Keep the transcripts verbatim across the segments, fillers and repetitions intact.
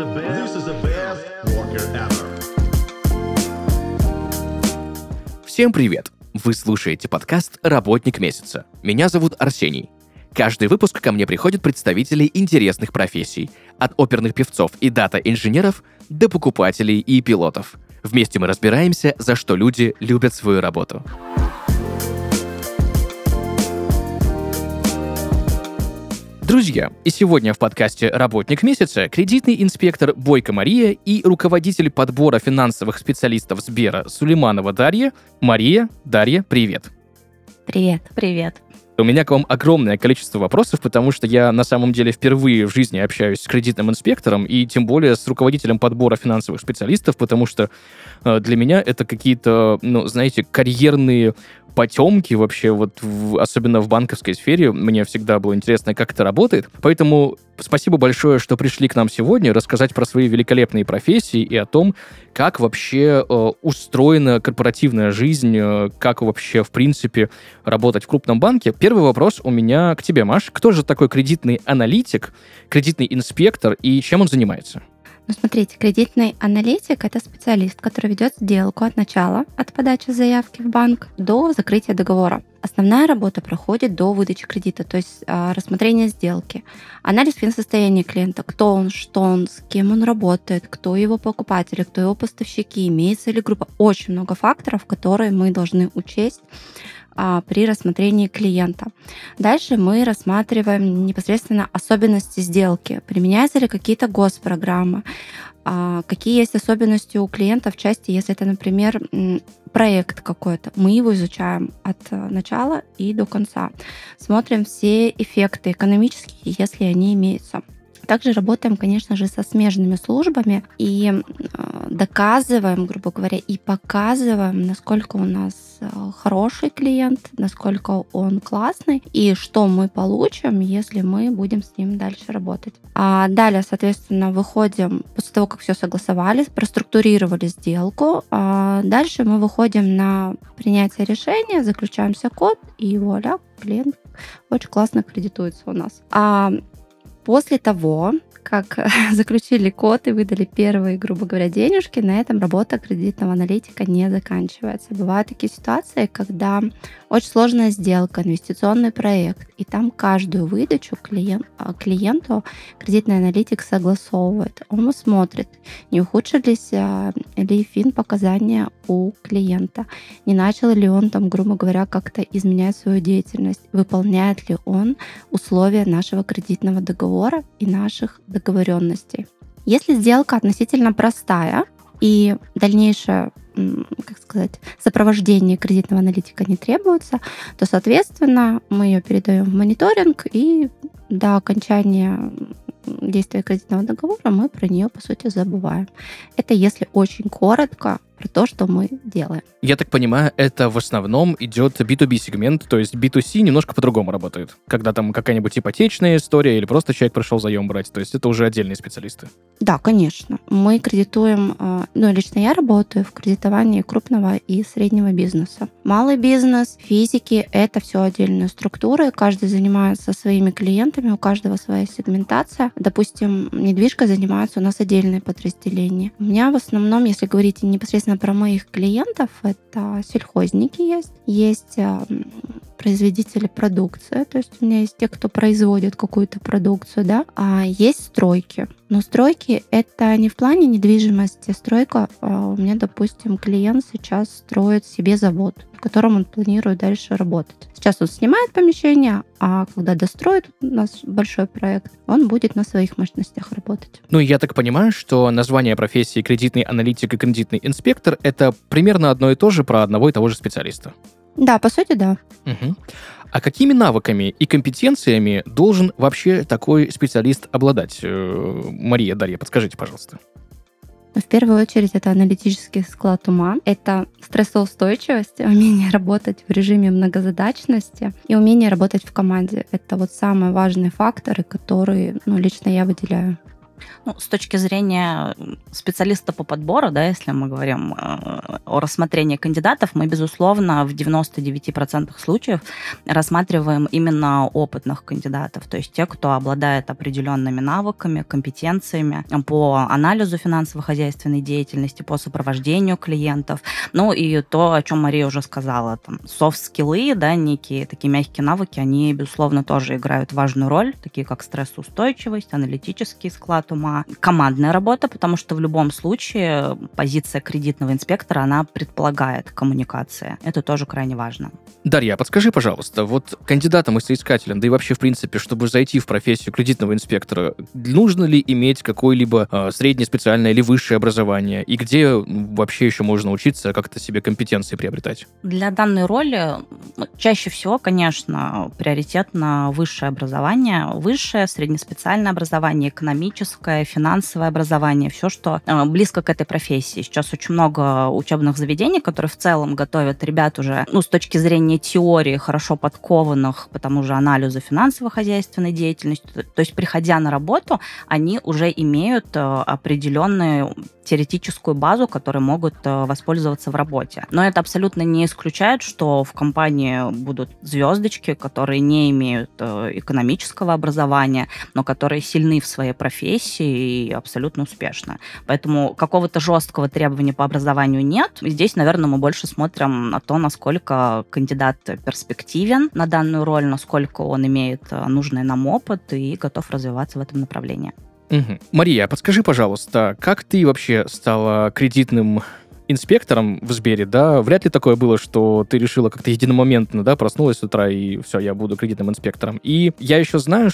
This is the best worker ever. Всем привет! Вы слушаете подкаст «Работник месяца». Меня зовут Арсений. Каждый выпуск ко мне приходят представители интересных профессий, от оперных певцов и дата-инженеров до покупателей и пилотов. Вместе мы разбираемся, за что люди любят свою работу. Друзья, и сегодня в подкасте «Работник месяца» кредитный инспектор Бойко Мария и руководитель подбора финансовых специалистов Сбера Сулейманова Дарья. Мария, Дарья, привет. Привет. Привет. У меня к вам огромное количество вопросов, потому что я на самом деле впервые в жизни общаюсь с кредитным инспектором и тем более с руководителем подбора финансовых специалистов, потому что э, для меня это какие-то, ну, знаете, карьерные потемки вообще, вот в, особенно в банковской сфере. Мне всегда было интересно, как это работает. Поэтому спасибо большое, что пришли к нам сегодня рассказать про свои великолепные профессии и о том, как вообще э, устроена корпоративная жизнь, э, как вообще, в принципе, работать в крупном банке. Первый вопрос у меня к тебе, Маш. Кто же такой кредитный аналитик, кредитный инспектор и чем он занимается? Ну, смотрите, кредитный аналитик — это специалист, который ведет сделку от начала, от подачи заявки в банк до закрытия договора. Основная работа проходит до выдачи кредита, то есть э, рассмотрение сделки, анализ финсостояния клиента, кто он, что он, с кем он работает, кто его покупатели, кто его поставщики, имеется ли группа. Очень много факторов, которые мы должны учесть а, при рассмотрении клиента. Дальше мы рассматриваем непосредственно особенности сделки, применяются ли какие-то госпрограммы, а, какие есть особенности у клиента в части, если это, например, проект какой-то. Мы его изучаем от начала и до конца. Смотрим все эффекты экономические, если они имеются. Также работаем, конечно же, со смежными службами и доказываем, грубо говоря, и показываем, насколько у нас хороший клиент, насколько он классный и что мы получим, если мы будем с ним дальше работать. А далее, соответственно, выходим, после того, как все согласовали, проструктурировали сделку, а дальше мы выходим на принятие решения, заключаем код, и вуаля, клиент очень классно кредитуется у нас. А После того, как заключили код и выдали первые, грубо говоря, денежки, на этом работа кредитного аналитика не заканчивается. Бывают такие ситуации, когда очень сложная сделка, инвестиционный проект, и там каждую выдачу клиент, клиенту кредитный аналитик согласовывает. Он смотрит, не ухудшились ли фин-показания у клиента, не начал ли он там, грубо говоря, как-то изменять свою деятельность, выполняет ли он условия нашего кредитного договора и наших договоренностей. Если сделка относительно простая и дальнейшее, как сказать, сопровождение кредитного аналитика не требуется, то, соответственно, мы ее передаем в мониторинг, и до окончания действия кредитного договора мы про нее, по сути, забываем. Это если очень коротко про то, что мы делаем. Я так понимаю, это в основном идет би ту би сегмент, то есть би ту си немножко по-другому работает. Когда там какая-нибудь ипотечная история или просто человек пришел заем брать, то есть это уже отдельные специалисты. Да, конечно. Мы кредитуем, ну, лично я работаю в кредитовании крупного и среднего бизнеса. Малый бизнес, физики — это все отдельные структуры, каждый занимается своими клиентами, у каждого своя сегментация. Допустим, недвижкой занимаются у нас отдельные подразделения. У меня в основном, если говорить непосредственно про моих клиентов, это сельхозники есть, есть производители продукции, то есть у меня есть те, кто производит какую-то продукцию, да, а есть стройки. Но стройки — это не в плане недвижимости. Стройка, у меня, допустим, клиент сейчас строит себе завод, в котором он планирует дальше работать. Сейчас он снимает помещение, а когда достроит у нас большой проект, он будет на своих мощностях работать. Ну, я так понимаю, что название профессии кредитный аналитик и кредитный инспектор — это примерно одно и то же про одного и того же специалиста. Да, по сути, да. Угу. А какими навыками и компетенциями должен вообще такой специалист обладать? Мария, Дарья, подскажите, пожалуйста. В первую очередь, это аналитический склад ума, это стрессоустойчивость, умение работать в режиме многозадачности и умение работать в команде. Это вот самые важные факторы, которые, ну, лично я выделяю. Ну, с точки зрения специалиста по подбору, да, если мы говорим э, о рассмотрении кандидатов, мы, безусловно, в девяноста девяти процентах случаев рассматриваем именно опытных кандидатов, то есть те, кто обладает определенными навыками, компетенциями по анализу финансово-хозяйственной деятельности, по сопровождению клиентов. Ну и то, о чем Мария уже сказала, там, софт-скиллы, да, некие такие мягкие навыки, они, безусловно, тоже играют важную роль, такие как стрессоустойчивость, аналитический склад ума, командная работа, потому что в любом случае позиция кредитного инспектора, она предполагает коммуникации. Это тоже крайне важно. Дарья, подскажи, пожалуйста, вот кандидатам и соискателям, да и вообще, в принципе, чтобы зайти в профессию кредитного инспектора, нужно ли иметь какое-либо э, среднее, специальное или высшее образование? И где вообще еще можно учиться, как-то себе компетенции приобретать? Для данной роли чаще всего, конечно, приоритетно высшее образование. Высшее, среднеспециальное образование, экономическое, финансовое образование, все, что э, близко к этой профессии. Сейчас очень много учебных заведений, которые в целом готовят ребят уже, ну, с точки зрения теории, хорошо подкованных по тому же анализу финансово-хозяйственной деятельности. То есть, приходя на работу, они уже имеют э, определенную теоретическую базу, которой могут э, воспользоваться в работе. Но это абсолютно не исключает, что в компании будут звездочки, которые не имеют э, экономического образования, но которые сильны в своей профессии и абсолютно успешны. Поэтому какого-то жесткого требования по образованию нет. Здесь, наверное, мы больше смотрим на то, насколько кандидат перспективен на данную роль, насколько он имеет нужный нам опыт и готов развиваться в этом направлении. Угу. Мария, подскажи, пожалуйста, как ты вообще стала кредитным инспектором в Сбере, да? Вряд ли такое было, что ты решила как-то единомоментно, да, проснулась с утра и все, я буду кредитным инспектором. И я еще знаю,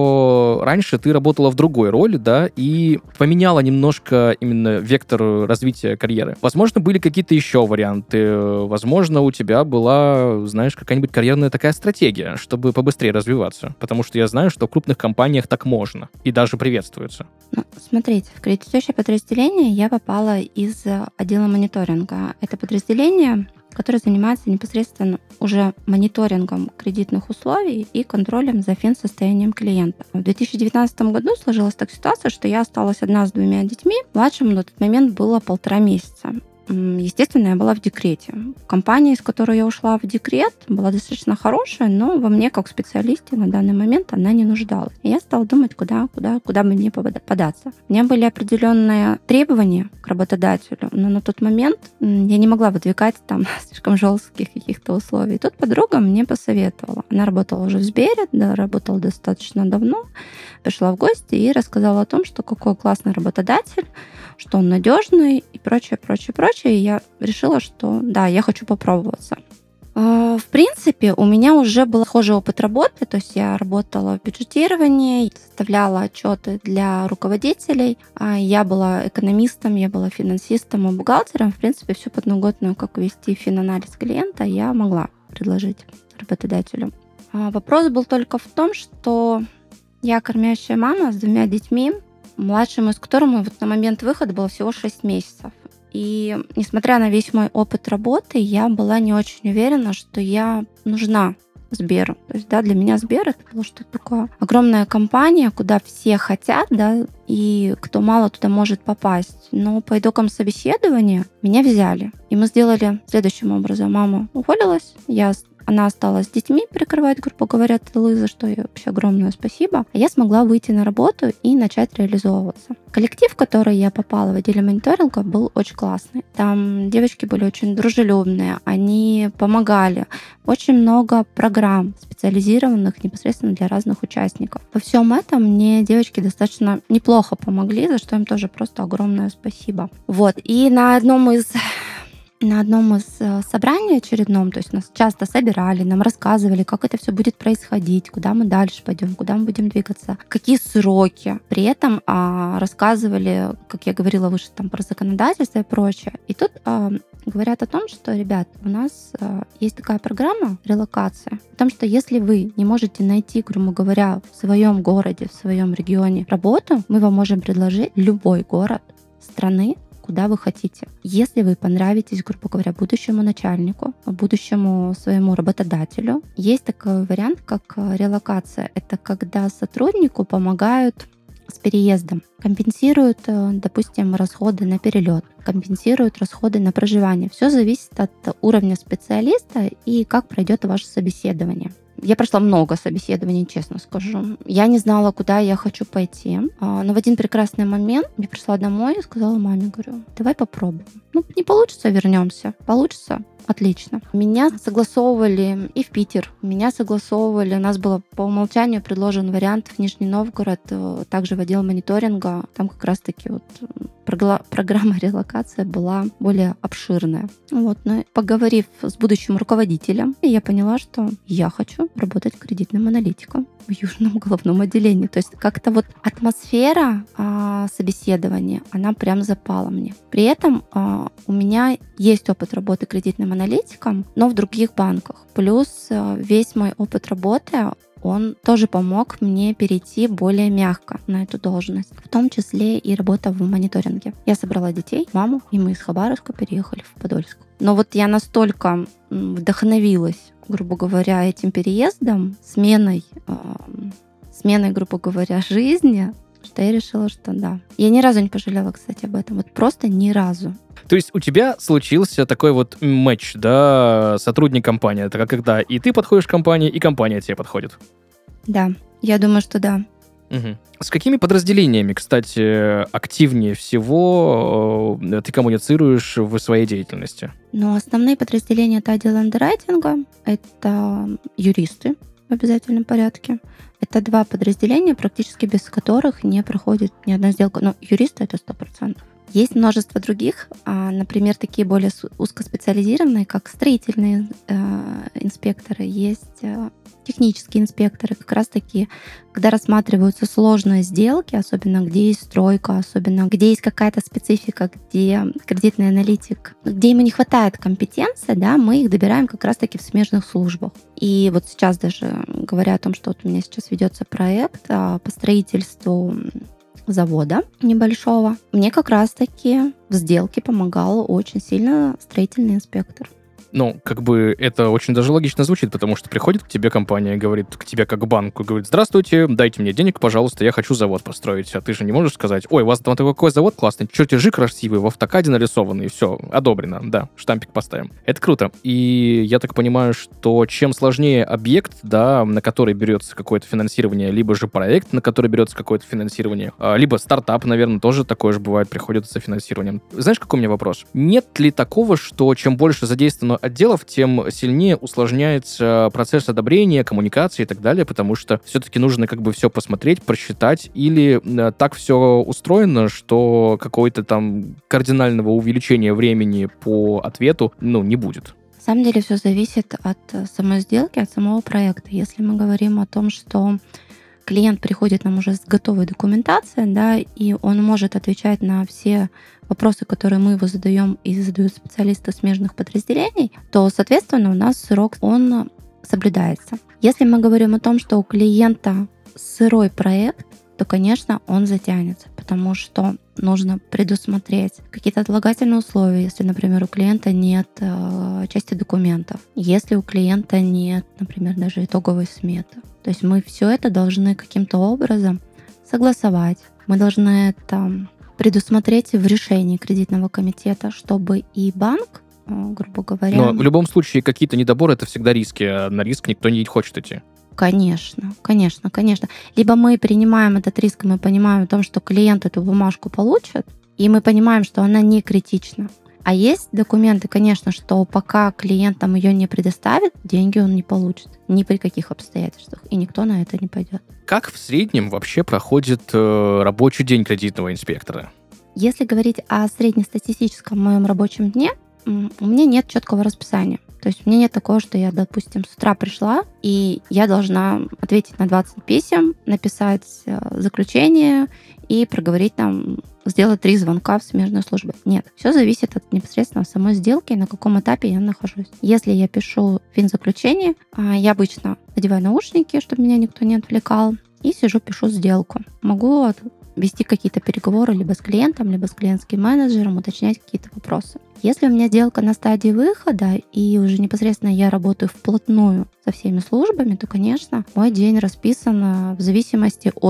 что раньше ты работала в другой роли, да, и поменяла немножко именно вектор развития карьеры. Возможно, были какие-то еще варианты. Возможно, у тебя была, знаешь, какая-нибудь карьерная такая стратегия, чтобы побыстрее развиваться. Потому что я знаю, что в крупных компаниях так можно. И даже приветствуется. Ну, смотрите, в кредитующее подразделение я попала из отдела мониторинга. Это подразделение, которое занимается непосредственно уже мониторингом кредитных условий и контролем за финсостоянием клиента. В две тысячи девятнадцатом году сложилась так ситуация, что я осталась одна с двумя детьми. Младшему на тот момент было полтора месяца. Естественно, я была в декрете. Компания, из которой я ушла в декрет, была достаточно хорошая, но во мне, как в специалисте, на данный момент она не нуждалась. И я стала думать, куда, куда, куда бы мне податься. У меня были определенные требования к работодателю, но на тот момент я не могла выдвигать там слишком жестких каких-то условий. И тут подруга мне посоветовала. Она работала уже в Сбере, да, работала достаточно давно, пришла в гости и рассказала о том, что какой классный работодатель, что он надежный и прочее, прочее, прочее. И я решила, что да, я хочу попробоваться. В принципе, у меня уже был схожий опыт работы, то есть я работала в бюджетировании, составляла отчеты для руководителей, я была экономистом, я была финансистом и бухгалтером. В принципе, всю подноготную, как вести финанализ клиента, я могла предложить работодателю. Вопрос был только в том, что я кормящая мама с двумя детьми, младшему из которого вот на момент выхода было всего шесть месяцев. И несмотря на весь мой опыт работы, я была не очень уверена, что я нужна Сберу. То есть, да, для меня Сбер — это было что-то такое. Огромная компания, куда все хотят, да, и кто мало туда может попасть. Но по итогам собеседования меня взяли. И мы сделали следующим образом. Мама уволилась, я Она осталась с детьми прикрывать, грубо говоря, тылы, за что ей вообще огромное спасибо. А я смогла выйти на работу и начать реализовываться. Коллектив, в который я попала в отделе мониторинга, был очень классный. Там девочки были очень дружелюбные, они помогали. Очень много программ, специализированных непосредственно для разных участников. Во всем этом мне девочки достаточно неплохо помогли, за что им тоже просто огромное спасибо. Вот. И на одном из На одном из собраний очередном, то есть нас часто собирали, нам рассказывали, как это все будет происходить, куда мы дальше пойдем, куда мы будем двигаться, какие сроки. При этом а, рассказывали, как я говорила выше, там, про законодательство и прочее. И тут а, говорят о том, что, ребят, у нас а, есть такая программа релокация, потому что если вы не можете найти, грубо говоря, в своем городе, в своем регионе работу, мы вам можем предложить любой город страны, куда вы хотите. Если вы понравитесь, грубо говоря, будущему начальнику, будущему своему работодателю, есть такой вариант, как релокация. Это когда сотруднику помогают с переездом, компенсируют, э, допустим, расходы на перелет, компенсируют расходы на проживание. Все зависит от уровня специалиста и как пройдет ваше собеседование. Я прошла много собеседований, честно скажу. Я не знала, куда я хочу пойти. А, Но в один прекрасный момент я пришла домой и сказала маме, говорю, давай попробуем. Ну, не получится, вернемся. Получится? Отлично. Меня согласовывали и в Питер, меня согласовывали, у нас было по умолчанию предложен вариант в Нижний Новгород, э, также в отдел мониторинга. Там как раз-таки вот э, прогла- программа релокации была более обширная. Вот, но поговорив с будущим руководителем, я поняла, что я хочу работать кредитным аналитиком в Южном головном отделении. То есть как-то вот атмосфера а, собеседования, она прям запала мне. При этом а, у меня есть опыт работы кредитным аналитиком, но в других банках. Плюс а, весь мой опыт работы, он тоже помог мне перейти более мягко на эту должность, в том числе и работа в мониторинге. Я собрала детей, маму, и мы из Хабаровска переехали в Подольск. Но вот я настолько вдохновилась, грубо говоря, этим переездом, сменой, э, сменой, грубо говоря, жизни, что я решила, что да. Я ни разу не пожалела, кстати, об этом. Вот просто ни разу. То есть у тебя случился такой вот матч, да, сотрудник-компания. Это когда и ты подходишь к компании, и компания тебе подходит. Да, я думаю, что да. Угу. С какими подразделениями, кстати, активнее всего э, ты коммуницируешь в своей деятельности? Но основные подразделения — это отдел андеррайтинга, это юристы в обязательном порядке. Это два подразделения, практически без которых не проходит ни одна сделка. Но юристы — это сто процентов. Есть множество других, например, такие более узкоспециализированные, как строительные э, инспекторы, есть э, технические инспекторы, как раз-таки, когда рассматриваются сложные сделки, особенно где есть стройка, особенно где есть какая-то специфика, где кредитный аналитик, где ему не хватает компетенции, да, мы их добираем как раз-таки в смежных службах. И вот сейчас даже говоря о том, что вот у меня сейчас ведется проект по строительству завода небольшого, мне как раз-таки в сделке помогал очень сильно строительный инспектор. Ну, как бы это очень даже логично звучит, потому что приходит к тебе компания, говорит к тебе как к банку, говорит, здравствуйте, дайте мне денег, пожалуйста, я хочу завод построить. А ты же не можешь сказать, ой, у вас там такой завод классный, чертежи красивые, в автокаде нарисованные, все, одобрено, да, штампик поставим. Это круто. И я так понимаю, что чем сложнее объект, да, на который берется какое-то финансирование, либо же проект, на который берется какое-то финансирование, либо стартап, наверное, тоже такое же бывает, приходит со финансированием. Знаешь, какой у меня вопрос? Нет ли такого, что чем больше задействовано отделов, тем сильнее усложняется процесс одобрения, коммуникации и так далее, потому что все-таки нужно как бы все посмотреть, просчитать, или э, так все устроено, что какого-то там кардинального увеличения времени по ответу, ну, не будет. На самом деле все зависит от самой сделки, от самого проекта. Если мы говорим о том, что клиент приходит нам уже с готовой документацией, да, и он может отвечать на все вопросы, которые мы его задаем и задают специалисты смежных подразделений, то, соответственно, у нас срок, он соблюдается. Если мы говорим о том, что у клиента сырой проект, то, конечно, он затянется, потому что нужно предусмотреть какие-то отлагательные условия, если, например, у клиента нет э, части документов, если у клиента нет, например, даже итоговой сметы. То есть мы все это должны каким-то образом согласовать. Мы должны это предусмотреть в решении кредитного комитета, чтобы и банк, э, грубо говоря... Но в любом случае какие-то недоборы — это всегда риски, а на риск никто не хочет идти. Конечно, конечно, конечно. Либо мы принимаем этот риск, и мы понимаем о том, что клиент эту бумажку получит, и мы понимаем, что она не критична. А есть документы, конечно, что пока клиент нам ее не предоставит, деньги он не получит. Ни при каких обстоятельствах. И никто на это не пойдет. Как в среднем вообще проходит э, рабочий день кредитного инспектора? Если говорить о среднестатистическом моем рабочем дне, у меня нет четкого расписания. То есть у меня нет такого, что я, допустим, с утра пришла, и я должна ответить на двадцать писем, написать заключение и проговорить там, сделать три звонка в смежную службу. Нет, все зависит от непосредственно самой сделки, на каком этапе я нахожусь. Если я пишу финзаключение, я обычно надеваю наушники, чтобы меня никто не отвлекал, и сижу, пишу сделку. Могу вести какие-то переговоры либо с клиентом, либо с клиентским менеджером, уточнять какие-то вопросы. Если у меня сделка на стадии выхода, и уже непосредственно я работаю вплотную со всеми службами, то, конечно, мой день расписан в зависимости от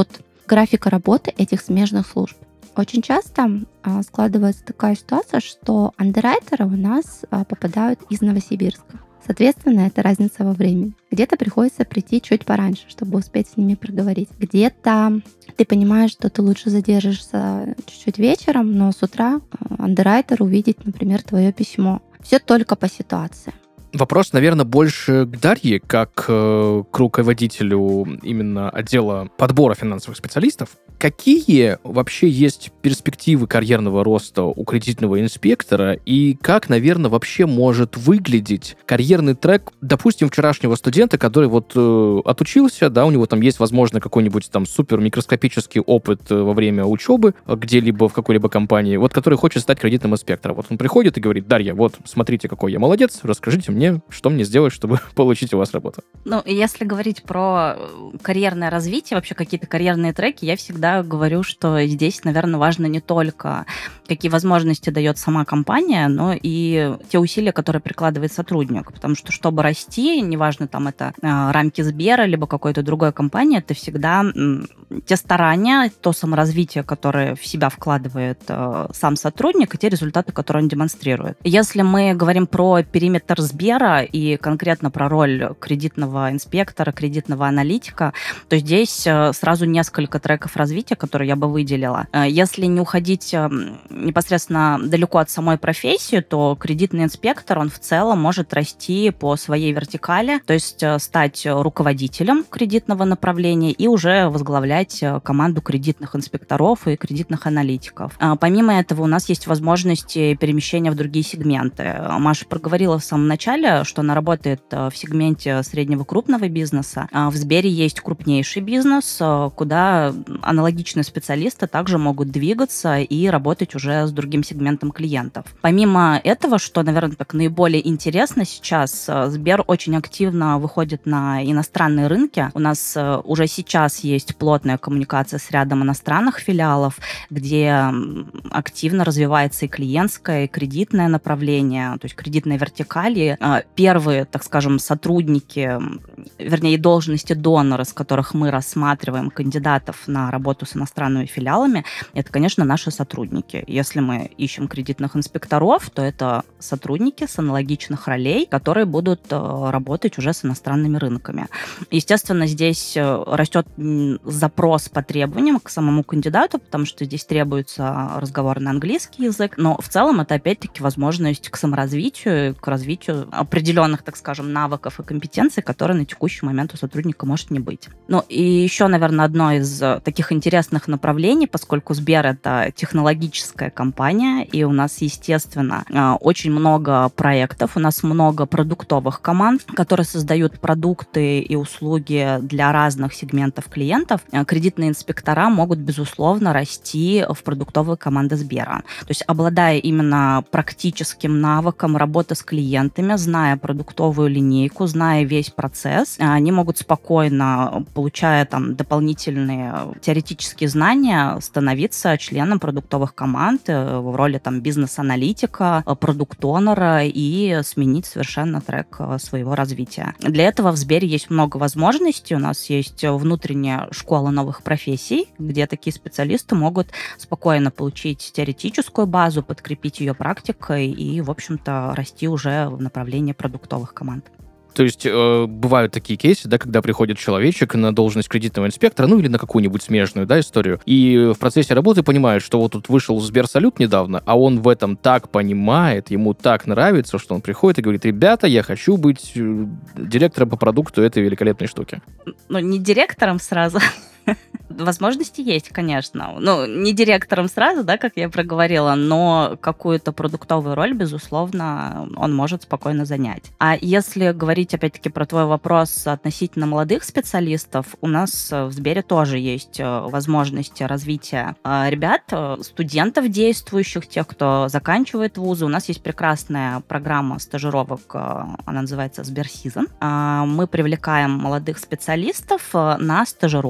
графика работы этих смежных служб. Очень часто а, складывается такая ситуация, что андеррайтеры у нас а, попадают из Новосибирска. Соответственно, это разница во времени. Где-то приходится прийти чуть пораньше, чтобы успеть с ними проговорить. Где-то ты понимаешь, что ты лучше задержишься чуть-чуть вечером, но с утра андеррайтер увидит, например, твое письмо. Все только по ситуации. Вопрос, наверное, больше к Дарье, как э, к руководителю именно отдела подбора финансовых специалистов. Какие вообще есть перспективы карьерного роста у кредитного инспектора и как, наверное, вообще может выглядеть карьерный трек, допустим, вчерашнего студента, который вот э, отучился, да, у него там есть, возможно, какой-нибудь там супер микроскопический опыт во время учебы где-либо в какой-либо компании, вот который хочет стать кредитным инспектором. Вот он приходит и говорит: Дарья, вот смотрите, какой я молодец, расскажите мне, что мне сделать, чтобы получить у вас работу. Ну, если говорить про карьерное развитие, вообще какие-то карьерные треки, я всегда говорю, что здесь, наверное, важно не только какие возможности дает сама компания, но и те усилия, которые прикладывает сотрудник. Потому что, чтобы расти, неважно, там это э, рамки Сбера, либо какой-то другой компании, это всегда э, те старания, то саморазвитие, которое в себя вкладывает э, сам сотрудник, и те результаты, которые он демонстрирует. Если мы говорим про периметр Сбера и конкретно про роль кредитного инспектора, кредитного аналитика, то здесь э, сразу несколько треков развития, которые я бы выделила. Э, если не уходить э, непосредственно далеко от самой профессии, то кредитный инспектор, он в целом может расти по своей вертикали, то есть стать руководителем кредитного направления и уже возглавлять команду кредитных инспекторов и кредитных аналитиков. Помимо этого, у нас есть возможности перемещения в другие сегменты. Маша проговорила в самом начале, что она работает в сегменте среднего крупного бизнеса. В Сбере есть крупнейший бизнес, куда аналогичные специалисты также могут двигаться и работать уже с другим сегментом клиентов. Помимо этого, что, наверное, так наиболее интересно сейчас, Сбер очень активно выходит на иностранные рынки. У нас уже сейчас есть плотная коммуникация с рядом иностранных филиалов, где активно развивается и клиентское, и кредитное направление, то есть кредитные вертикали. Первые, так скажем, сотрудники, вернее, должности донора, с которых мы рассматриваем кандидатов на работу с иностранными филиалами, это, конечно, наши сотрудники. Если мы ищем кредитных инспекторов, то это сотрудники с аналогичных ролей, которые будут работать уже с иностранными рынками. Естественно, здесь растет запрос по требованиям к самому кандидату, потому что здесь требуется разговор на английский язык, но в целом это опять-таки возможность к саморазвитию, к развитию определенных, так скажем, навыков и компетенций, которые на текущий момент у сотрудника может не быть. Ну и еще, наверное, одно из таких интересных направлений, поскольку Сбер — это технологическая компания, и у нас, естественно, очень много проектов, у нас много продуктовых команд, которые создают продукты и услуги для разных сегментов клиентов. Кредитные инспектора могут, безусловно, расти в продуктовые команды Сбера. То есть, обладая именно практическим навыком работы с клиентами, зная продуктовую линейку, зная весь процесс, они могут спокойно, получая там дополнительные теоретические знания, становиться членом продуктовых команд в роли там бизнес-аналитика, продукт-онера и сменить совершенно трек своего развития. Для этого в Сбере есть много возможностей. У нас есть внутренняя школа новых профессий, где такие специалисты могут спокойно получить теоретическую базу, подкрепить ее практикой и, в общем-то, расти уже в направлении продуктовых команд. То есть э, бывают такие кейсы, да, когда приходит человечек на должность кредитного инспектора, ну или на какую-нибудь смежную, да, историю, и в процессе работы понимает, что вот тут вышел Сберсалют недавно, а он в этом так понимает, ему так нравится, что он приходит и говорит: ребята, я хочу быть директором по продукту этой великолепной штуки. Ну, не директором сразу. Возможности есть, конечно. Ну, не директором сразу, да, как я проговорила, но какую-то продуктовую роль, безусловно, он может спокойно занять. А если говорить, опять-таки, про твой вопрос относительно молодых специалистов, у нас в Сбере тоже есть возможности развития ребят, студентов действующих, тех, кто заканчивает вузы. У нас есть прекрасная программа стажировок, она называется Сберсизон. Мы привлекаем молодых специалистов на стажировки, оплачиваемые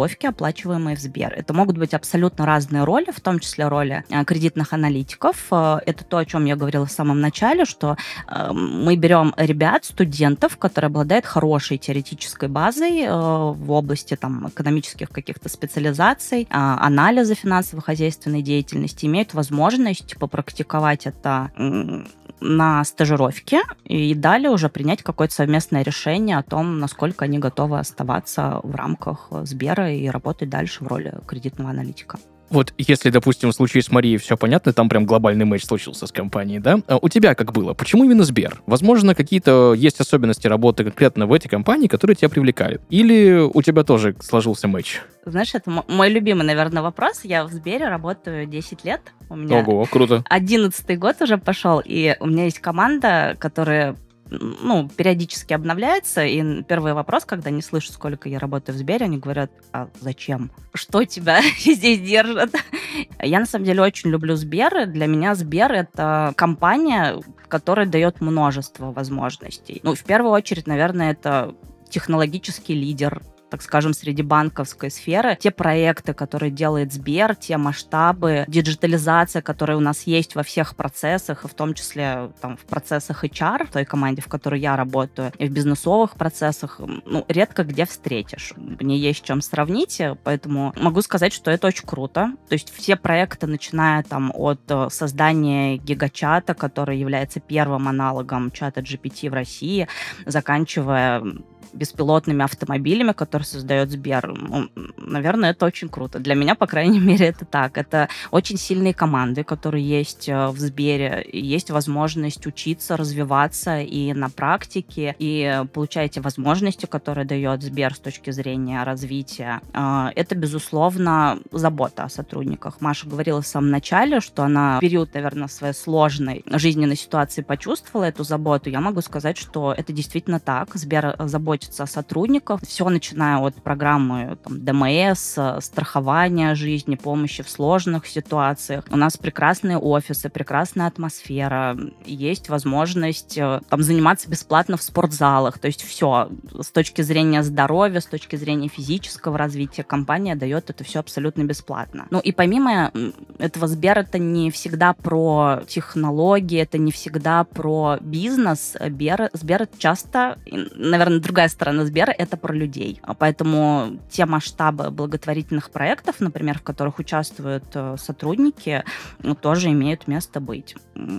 оплачиваемые в Сбер. Это могут быть абсолютно разные роли, в том числе роли э, кредитных аналитиков. Э, это то, о чем я говорила в самом начале, что э, мы берем ребят, студентов, которые обладают хорошей теоретической базой э, в области там, экономических каких-то специализаций, э, анализа финансово-хозяйственной деятельности, имеют возможность попрактиковать это э, на стажировке и далее уже принять какое-то совместное решение о том, насколько они готовы оставаться в рамках Сбера и работать дальше в роли кредитного аналитика. Вот если, допустим, в случае с Марией все понятно, там прям глобальный матч случился с компанией, да? А у тебя как было? Почему именно Сбер? Возможно, какие-то есть особенности работы конкретно в этой компании, которые тебя привлекают? Или у тебя тоже сложился матч? Знаешь, это м- мой любимый, наверное, вопрос. Я в Сбере работаю десять лет. У меня Ого, круто. одиннадцатый год уже пошел, и у меня есть команда, которая ну, периодически обновляется, и первый вопрос, когда они слышат, сколько я работаю в Сбере, они говорят: а зачем? Что тебя здесь держит? Я, на самом деле, очень люблю Сбер. Для меня Сбер — это компания, которая дает множество возможностей. Ну, в первую очередь, наверное, это технологический лидер, так скажем, среди банковской сферы. Те проекты, которые делает Сбер, те масштабы, диджитализация, которая у нас есть во всех процессах, и в том числе там, в процессах эйч ар, в той команде, в которой я работаю, и в бизнесовых процессах, ну, редко где встретишь. Мне есть с чем сравнить, поэтому могу сказать, что это очень круто. То есть все проекты, начиная там от создания гигачата, который является первым аналогом чата джи пи ти в России, заканчивая беспилотными автомобилями, которые создает Сбер. Ну, наверное, это очень круто. Для меня, по крайней мере, это так. Это очень сильные команды, которые есть в Сбере. Есть возможность учиться, развиваться и на практике, и получаете возможности, которые дает Сбер с точки зрения развития. Это, безусловно, забота о сотрудниках. Маша говорила в самом начале, что она в период, наверное, своей сложной жизненной ситуации почувствовала эту заботу. Я могу сказать, что это действительно так. Сбер заботится о сотрудниках. Все, начиная от программы там, дэ эм эс, страхования жизни, помощи в сложных ситуациях. У нас прекрасные офисы, прекрасная атмосфера. Есть возможность там, заниматься бесплатно в спортзалах. То есть все с точки зрения здоровья, с точки зрения физического развития компания дает это все абсолютно бесплатно. Ну и помимо этого Сбер — это не всегда про технологии, это не всегда про бизнес. Сбер, Сбер часто, наверное, другая сторона Сбера — это про людей. Поэтому те масштабы благотворительных проектов, например, в которых участвуют сотрудники, ну, тоже имеют место быть.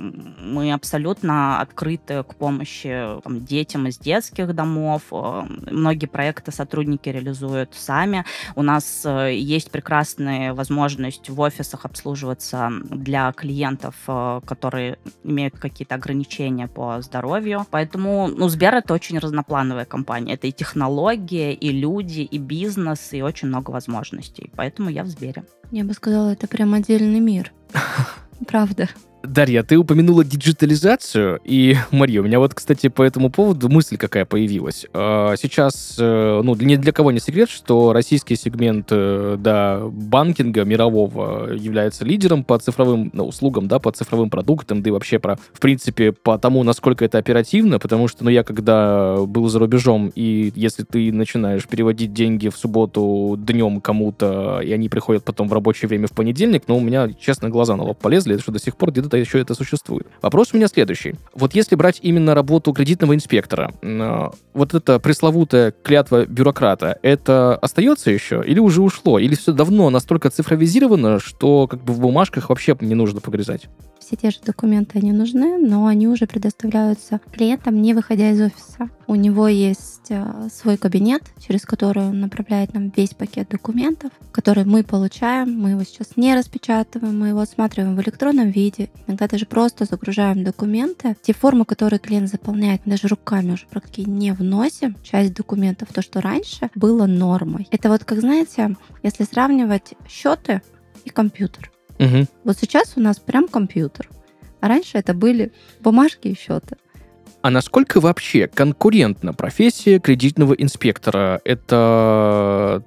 Мы абсолютно открыты к помощи там, детям из детских домов. Многие проекты сотрудники реализуют сами. У нас есть прекрасная возможность в офисах обслуживаться для клиентов, которые имеют какие-то ограничения по здоровью. Поэтому ну, Сбер — это очень разноплановая компания. Это и технология, и люди, и бизнес, и очень много возможностей. Поэтому я в Сбере. Я бы сказала, это прям отдельный мир. Правда. Дарья, ты упомянула диджитализацию, и, Мария, у меня вот, кстати, по этому поводу мысль какая появилась. Сейчас, ну, ни для кого не секрет, что российский сегмент, да, банкинга мирового является лидером по цифровым ну, услугам, да, по цифровым продуктам, да и вообще, про, в принципе, по тому, насколько это оперативно, потому что, ну, я когда был за рубежом, и если ты начинаешь переводить деньги в субботу днем кому-то, и они приходят потом в рабочее время в понедельник, ну, у меня, честно, глаза на лоб полезли, что до сих пор где-то еще это существует. Вопрос у меня следующий. Вот если брать именно работу кредитного инспектора, вот эта пресловутая клятва бюрократа, это остается еще или уже ушло? Или все давно настолько цифровизировано, что как бы в бумажках вообще не нужно погрязать? Все те же документы, они нужны, но они уже предоставляются клиентам, не выходя из офиса. У него есть свой кабинет, через который он направляет нам весь пакет документов, который мы получаем. Мы его сейчас не распечатываем, мы его отсматриваем в электронном виде. Иногда даже просто загружаем документы. Те формы, которые клиент заполняет, мы даже руками уже практически не вносим. Часть документов, то, что раньше было нормой. Это вот, как знаете, если сравнивать счеты и компьютер. Угу. Вот сейчас у нас прям компьютер. А раньше это были бумажки и счеты. А насколько вообще конкурентна профессия кредитного инспектора? Это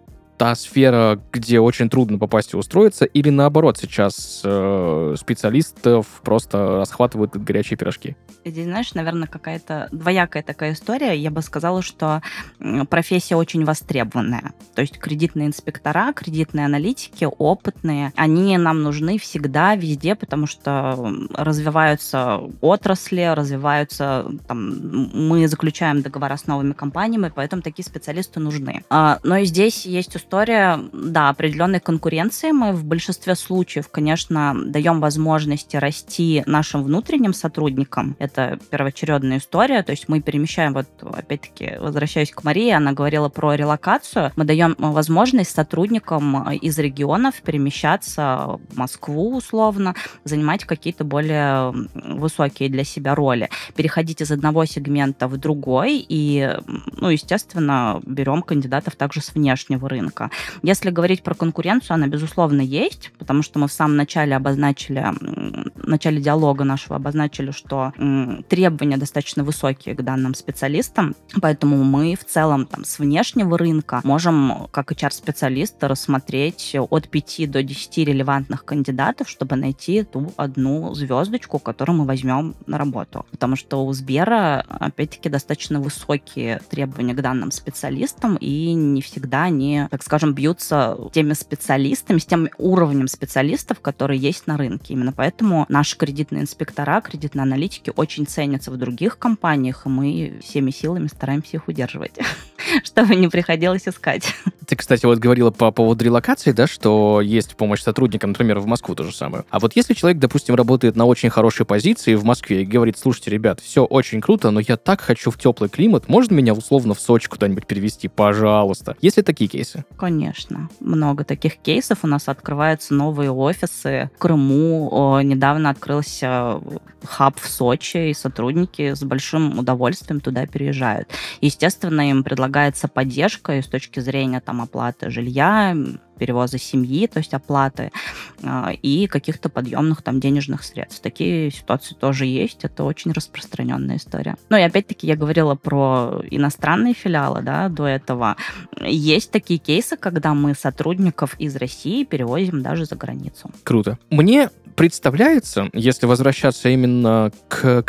та сфера, где очень трудно попасть и устроиться, или наоборот сейчас э, специалистов просто расхватывают как горячие пирожки? Здесь, знаешь, наверное, какая-то двоякая такая история. Я бы сказала, что профессия очень востребованная. То есть кредитные инспектора, кредитные аналитики, опытные, они нам нужны всегда, везде, потому что развиваются отрасли, развиваются, там, мы заключаем договора с новыми компаниями, поэтому такие специалисты нужны. Но и здесь есть история, да, определенной конкуренции. Мы в большинстве случаев, конечно, даем возможности расти нашим внутренним сотрудникам. Это первоочередная история. То есть мы перемещаем, вот опять-таки, возвращаюсь к Марии, она говорила про релокацию. Мы даем возможность сотрудникам из регионов перемещаться в Москву, условно, занимать какие-то более высокие для себя роли, переходить из одного сегмента в другой и, ну, естественно, берем кандидатов также с внешнего рынка. Если говорить про конкуренцию, она, безусловно, есть, потому что мы в самом начале обозначили, в начале диалога нашего обозначили, что требования достаточно высокие к данным специалистам, поэтому мы в целом там, с внешнего рынка можем, как эйч ар-специалисты, рассмотреть от пяти до десяти релевантных кандидатов, чтобы найти ту одну звездочку, которую мы возьмем на работу. Потому что у Сбера, опять-таки, достаточно высокие требования к данным специалистам, и не всегда они, так скажем, бьются теми специалистами, с тем уровнем специалистов, которые есть на рынке. Именно поэтому наши кредитные инспектора, кредитные аналитики очень ценятся в других компаниях, и мы всеми силами стараемся их удерживать, чтобы не приходилось искать. Ты, кстати, вот говорила по поводу релокации, да, что есть помощь сотрудникам, например, в Москву то же самое. А вот если человек, допустим, работает на очень хорошей позиции в Москве и говорит, слушайте, ребят, все очень круто, но я так хочу в теплый климат, можно меня условно в Сочи куда-нибудь перевезти, пожалуйста? Есть ли такие кейсы? Конечно, много таких кейсов. У нас открываются новые офисы в Крыму. О, недавно открылся хаб в Сочи, и сотрудники с большим удовольствием туда переезжают. Естественно, им предлагается поддержка и с точки зрения там, оплаты жилья, перевоза семьи, то есть оплаты, и каких-то подъемных там денежных средств. Такие ситуации тоже есть, это очень распространенная история. Ну и опять-таки я говорила про иностранные филиалы, да, до этого. Есть такие кейсы, когда мы сотрудников из России перевозим даже за границу. Круто. Мне представляется, если возвращаться именно к